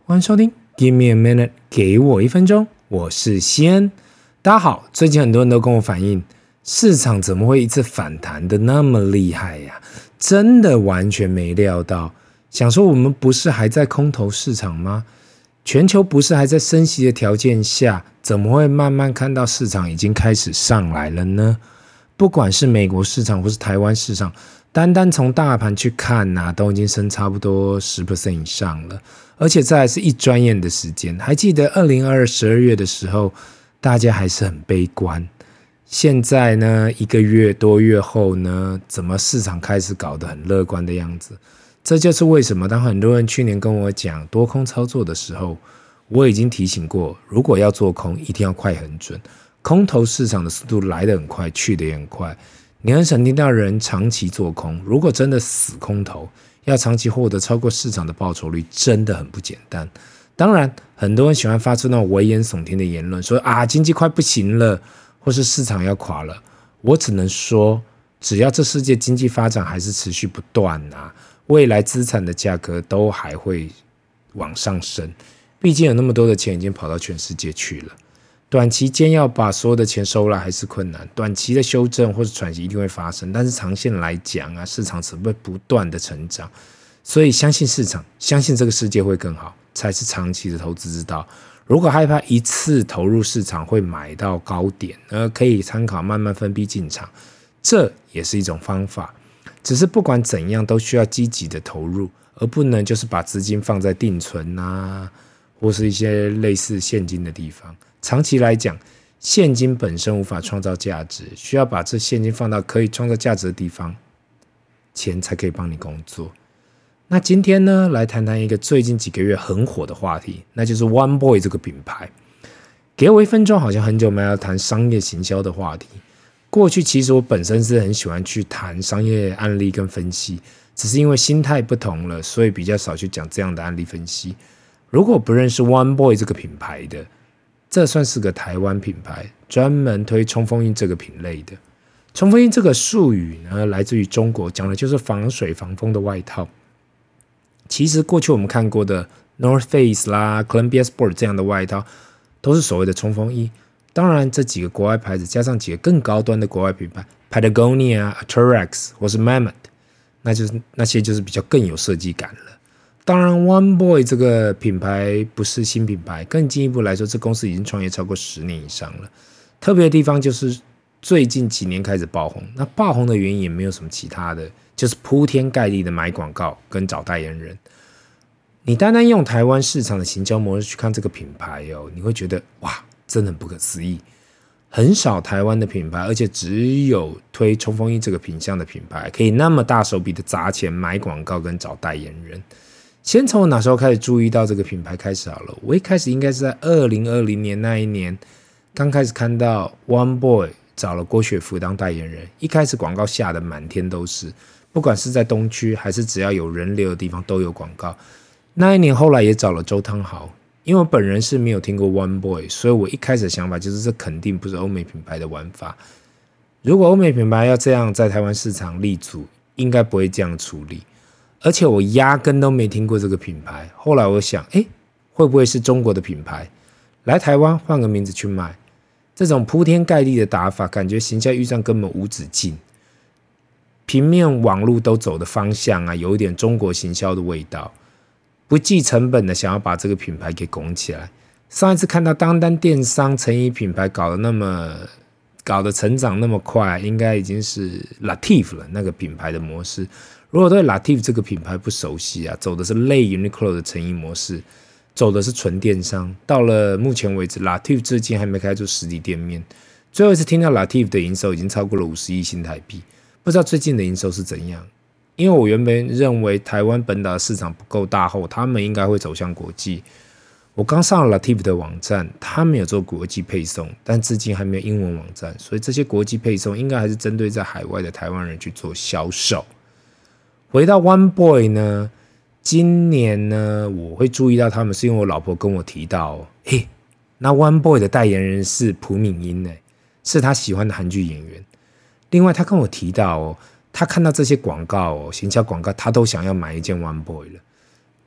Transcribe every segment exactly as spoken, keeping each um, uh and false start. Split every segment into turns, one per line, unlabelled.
欢迎收听 Give me a minute， 给我一分钟，我是西恩。大家好，最近很多人都跟我反映，市场怎么会一次反弹的那么厉害呀、啊？真的完全没料到。想说我们不是还在空头市场吗？全球不是还在升息的条件下，怎么会慢慢看到市场已经开始上来了呢？不管是美国市场或是台湾市场，单单从大盘去看啊，都已经升差不多 百分之十 以上了，而且这还是一转眼的时间。还记得二零二二十二月的时候，大家还是很悲观。现在呢，一个月多月后呢，怎么市场开始搞得很乐观的样子？这就是为什么当很多人去年跟我讲多空操作的时候，我已经提醒过，如果要做空，一定要快很准。空头市场的速度来得很快，去得也很快。你很少听到人长期做空，如果真的死空头，要长期获得超过市场的报酬率，真的很不简单。当然，很多人喜欢发出那种危言耸听的言论，说啊经济快不行了，或是市场要垮了。我只能说，只要这世界经济发展还是持续不断啊，未来资产的价格都还会往上升。毕竟有那么多的钱已经跑到全世界去了。短期间要把所有的钱收来还是困难，短期的修正或是喘息一定会发生，但是长线来讲啊，市场只会不断的成长，所以相信市场，相信这个世界会更好，才是长期的投资之道。如果害怕一次投入市场会买到高点，呃，可以参考慢慢分批进场，这也是一种方法。只是不管怎样，都需要积极的投入，而不能就是把资金放在定存啊，或是一些类似现金的地方。长期来讲，现金本身无法创造价值，需要把这现金放到可以创造价值的地方，钱才可以帮你工作。那今天呢，来谈谈一个最近几个月很火的话题，那就是 One Boy 这个品牌。给我一分钟，好像很久没有谈商业行销的话题。过去其实我本身是很喜欢去谈商业案例跟分析，只是因为心态不同了，所以比较少去讲这样的案例分析。如果不认识 One Boy 这个品牌的，这算是个台湾品牌，专门推冲锋衣这个品类的。冲锋衣这个术语呢，来自于中国，讲的就是防水防风的外套。其实过去我们看过的 North Face 啦、Columbia Sport 这样的外套，都是所谓的冲锋衣。当然，这几个国外牌子加上几个更高端的国外品牌 ，Patagonia、Arc'teryx 或是 Mammoth， 那就是那些就是比较更有设计感了。当然 One Boy 这个品牌不是新品牌，更进一步来说，这公司已经创业超过十年以上了。特别的地方就是最近几年开始爆红，那爆红的原因也没有什么其他的，就是铺天盖地的买广告跟找代言人。你单单用台湾市场的行销模式去看这个品牌哦，你会觉得哇，真的很不可思议。很少台湾的品牌，而且只有推冲锋衣这个品项的品牌，可以那么大手笔的砸钱买广告跟找代言人。先从我哪时候开始注意到这个品牌开始好了。我一开始应该是在二零二零年那一年，刚开始看到 One Boy 找了郭雪芙当代言人，一开始广告下的满天都是，不管是在东区还是只要有人流的地方都有广告。那一年后来也找了周汤豪，因为我本人是没有听过 One Boy， 所以我一开始的想法就是这肯定不是欧美品牌的玩法。如果欧美品牌要这样在台湾市场立足，应该不会这样处理。而且我压根都没听过这个品牌，后来我想，诶，会不会是中国的品牌来台湾换个名字去卖？这种铺天盖地的打法，感觉行销预算根本无止境，平面网络都走的方向啊，有一点中国行销的味道，不计成本的想要把这个品牌给拱起来。上一次看到当单电商成衣品牌搞得那么搞得成长那么快，应该已经是 Lativ 了，那个品牌的模式。如果对 Lativ 这个品牌不熟悉啊，走的是类 Uniqlo 的成衣模式，走的是纯电商。到了目前为止 Lativ 至今还没开出实体店面。最后一次听到 Lativ 的营收已经超过了五十亿新台币，不知道最近的营收是怎样。因为我原本认为台湾本岛的市场不够大后，他们应该会走向国际。我刚上了 Lativ 的网站，他们有做国际配送，但至今还没有英文网站，所以这些国际配送应该还是针对在海外的台湾人去做销售。回到 One Boy 呢，今年呢，我会注意到他们是因为我老婆跟我提到、哦，嘿，那 One Boy 的代言人是朴敏英耶，是他喜欢的韩剧演员。另外，他跟我提到哦，他看到这些广告哦，行销广告，他都想要买一件 One Boy 了。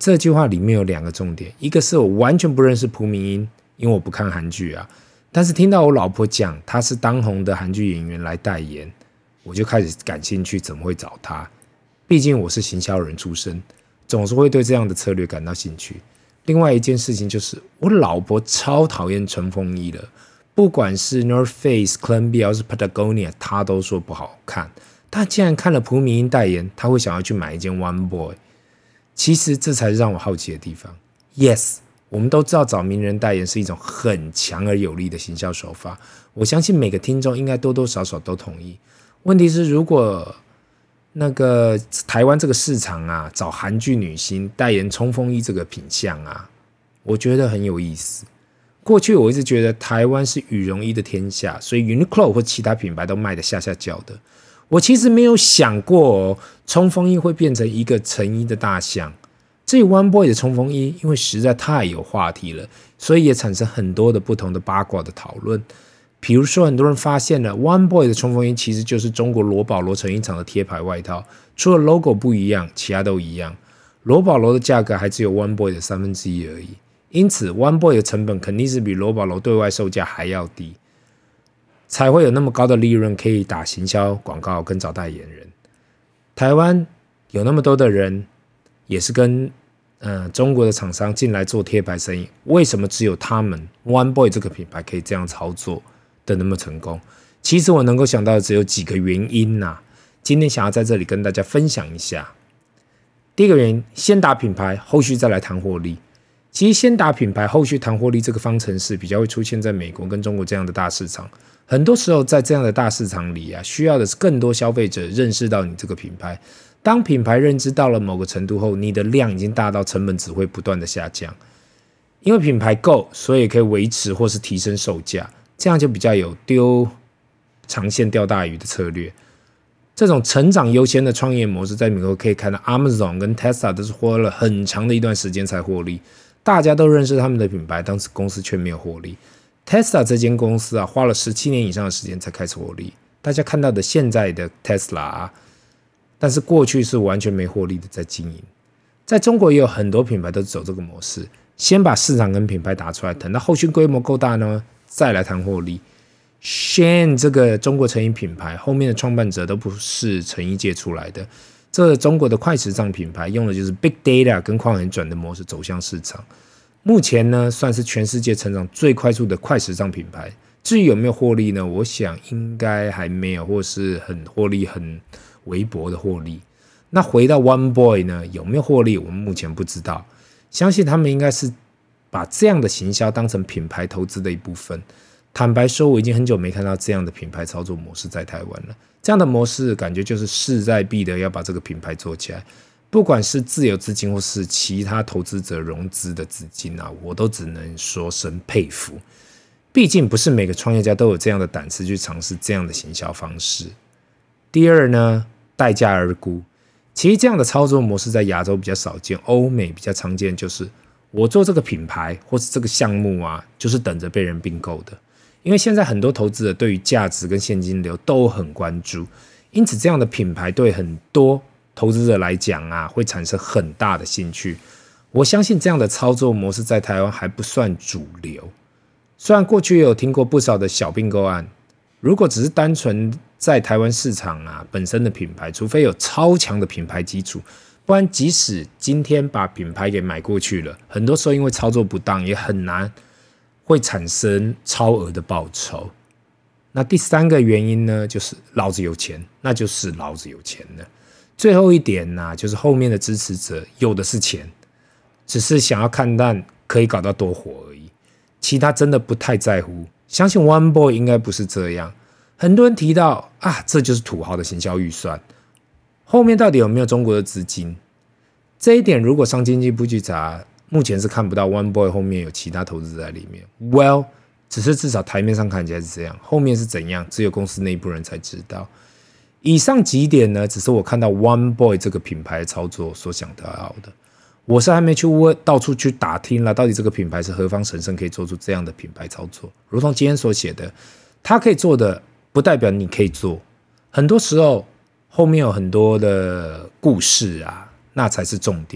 这句话里面有两个重点，一个是我完全不认识朴敏英，因为我不看韩剧啊，但是听到我老婆讲她是当红的韩剧演员来代言，我就开始感兴趣，怎么会找她？毕竟我是行销人出身，总是会对这样的策略感到兴趣。另外一件事情就是，我老婆超讨厌冲锋衣的，不管是 North Face、Columbia 或是 Patagonia， 她都说不好看。她竟然看了朴敏英代言，她会想要去买一件 One Boy。其实这才是让我好奇的地方。Yes， 我们都知道找名人代言是一种很强而有力的行销手法，我相信每个听众应该多多少少都同意。问题是，如果那个台湾这个市场啊，找韩剧女星代言冲锋衣这个品项啊，我觉得很有意思。过去我一直觉得台湾是羽绒衣的天下，所以 Uniqlo 或其他品牌都卖得下下叫的。我其实没有想过哦，冲锋衣会变成一个成衣的大项。至于 One Boy 的冲锋衣，因为实在太有话题了，所以也产生很多的不同的八卦的讨论。比如说，很多人发现了 One Boy 的冲锋衣其实就是中国罗保罗成衣厂的贴牌外套，除了 logo 不一样，其他都一样。罗保罗的价格还只有 One Boy 的三分之一而已，因此 One Boy 的成本肯定是比罗保罗对外售价还要低，才会有那么高的利润可以打行销广告跟找代言人。台湾有那么多的人也是跟、呃、中国的厂商进来做贴牌生意，为什么只有他们 One Boy 这个品牌可以这样操作的那么成功？其实我能够想到的只有几个原因啊，今天想要在这里跟大家分享一下。第一个原因，先打品牌，后续再来谈获利。其实先打品牌，后续谈获利这个方程式比较会出现在美国跟中国这样的大市场。很多时候在这样的大市场里啊，需要的是更多消费者认识到你这个品牌。当品牌认知到了某个程度后，你的量已经大到成本只会不断的下降。因为品牌够，所以可以维持或是提升售价，这样就比较有丢长线钓大鱼的策略。这种成长优先的创业模式，在美国可以看到 Amazon 跟 Tesla 都是花了很长的一段时间才获利，大家都认识他们的品牌，但是公司却没有获利。Tesla 这间公司啊，花了十七年以上的时间才开始获利。大家看到的现在的 Tesla 啊，但是过去是完全没获利的在经营。在中国也有很多品牌都走这个模式，先把市场跟品牌打出来，等到后续规模够大呢，再来谈获利。Shein 这个中国成衣品牌后面的创办者都不是成衣界出来的，这个中国的快时尚品牌用的就是 Big Data 跟矿很转的模式走向市场。目前呢，算是全世界成长最快速的快时尚品牌。至于有没有获利呢？我想应该还没有，或是很获利很微薄的获利。那回到 One Boy 呢，有没有获利？我们目前不知道。相信他们应该是把这样的行销当成品牌投资的一部分。坦白说，我已经很久没看到这样的品牌操作模式在台湾了。这样的模式感觉就是势在必得要把这个品牌做起来，不管是自有资金或是其他投资者融资的资金啊，我都只能说声佩服。毕竟不是每个创业家都有这样的胆识去尝试这样的行销方式。第二呢，待价而沽。其实这样的操作模式在亚洲比较少见，欧美比较常见，就是我做这个品牌或是这个项目啊，就是等着被人并购的。因为现在很多投资者对于价值跟现金流都很关注，因此这样的品牌对很多投资者来讲啊，会产生很大的兴趣。我相信这样的操作模式在台湾还不算主流，虽然过去也有听过不少的小并购案，如果只是单纯在台湾市场啊本身的品牌，除非有超强的品牌基础，不然即使今天把品牌给买过去了，很多时候因为操作不当，也很难会产生超额的报酬。那第三个原因呢，就是老子有钱，那就是老子有钱了。最后一点呢、啊，就是后面的支持者有的是钱，只是想要看淡可以搞到多火而已，其他真的不太在乎。相信 One Boy 应该不是这样。很多人提到啊，这就是土豪的行销预算，后面到底有没有中国的资金？这一点如果上经济部去查，目前是看不到 One Boy 后面有其他投资在里面。Well， 只是至少台面上看起来是这样，后面是怎样，只有公司内部人才知道。以上几点呢，只是我看到 One Boy 这个品牌操作所想得到的。我是还没去问，到处去打听了，到底这个品牌是何方神圣可以做出这样的品牌操作。如同今天所写的，他可以做的，不代表你可以做。很多时候后面有很多的故事啊，那才是重点。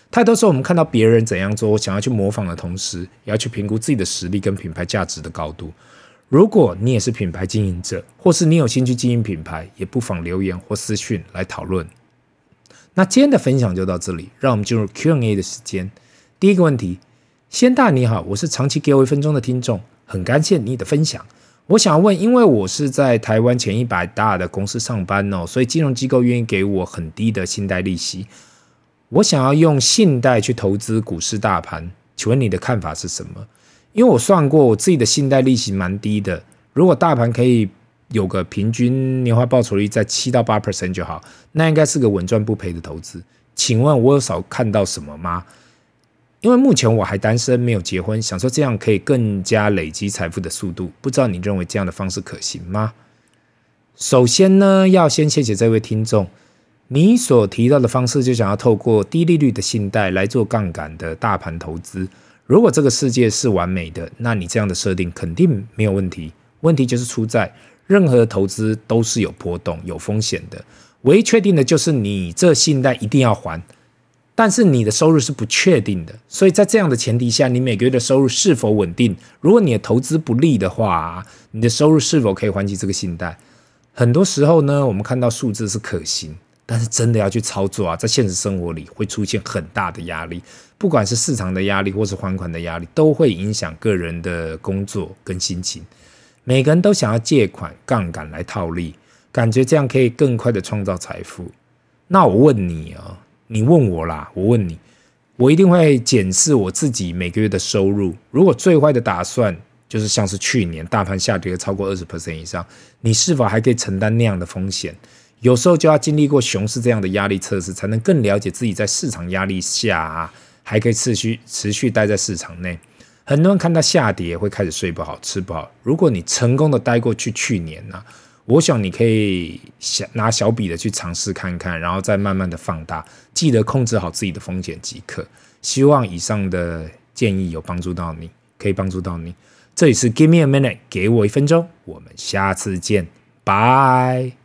太多时候我们看到别人怎样做，想要去模仿的同时，也要去评估自己的实力跟品牌价值的高度。如果你也是品牌经营者，或是你有兴趣经营品牌，也不妨留言或私讯来讨论。那今天的分享就到这里，让我们进入 Q and A 的时间。第一个问题，先大你好，我是长期给我一分钟的听众，很感谢你的分享。我想问，因为我是在台湾前一百大的公司上班哦，所以金融机构愿意给我很低的信贷利息。我想要用信贷去投资股市大盘，请问你的看法是什么？因为我算过，我自己的信贷利息蛮低的，如果大盘可以有个平均年化报酬率在 百分之七到八 就好，那应该是个稳赚不赔的投资。请问我有少看到什么吗？因为目前我还单身，没有结婚，想说这样可以更加累积财富的速度，不知道你认为这样的方式可行吗？首先呢，要先谢谢这位听众，你所提到的方式就想要透过低利率的信贷来做杠杆的大盘投资。如果这个世界是完美的，那你这样的设定肯定没有问题。问题就是出在任何投资都是有波动、有风险的。唯一确定的就是你这信贷一定要还，但是你的收入是不确定的。所以在这样的前提下，你每个月的收入是否稳定？如果你的投资不利的话，你的收入是否可以还起这个信贷？很多时候呢，我们看到数字是可行，但是真的要去操作啊，在现实生活里会出现很大的压力，不管是市场的压力或是还款的压力，都会影响个人的工作跟心情。每个人都想要借款杠杆来套利，感觉这样可以更快的创造财富。那我问你啊，你问我啦，我问你，我一定会检视我自己每个月的收入。如果最坏的打算就是像是去年大盘下跌超过 百分之二十 以上，你是否还可以承担那样的风险？有时候就要经历过熊市这样的压力测试，才能更了解自己在市场压力下、啊、还可以持续持续待在市场内。很多人看到下跌会开始睡不好吃不好，如果你成功的待过去去年、啊、我想你可以拿小笔的去尝试看看，然后再慢慢的放大，记得控制好自己的风险即可。希望以上的建议有帮助到你，可以帮助到你。这里是 Give me a minute， 给我一分钟，我们下次见，拜。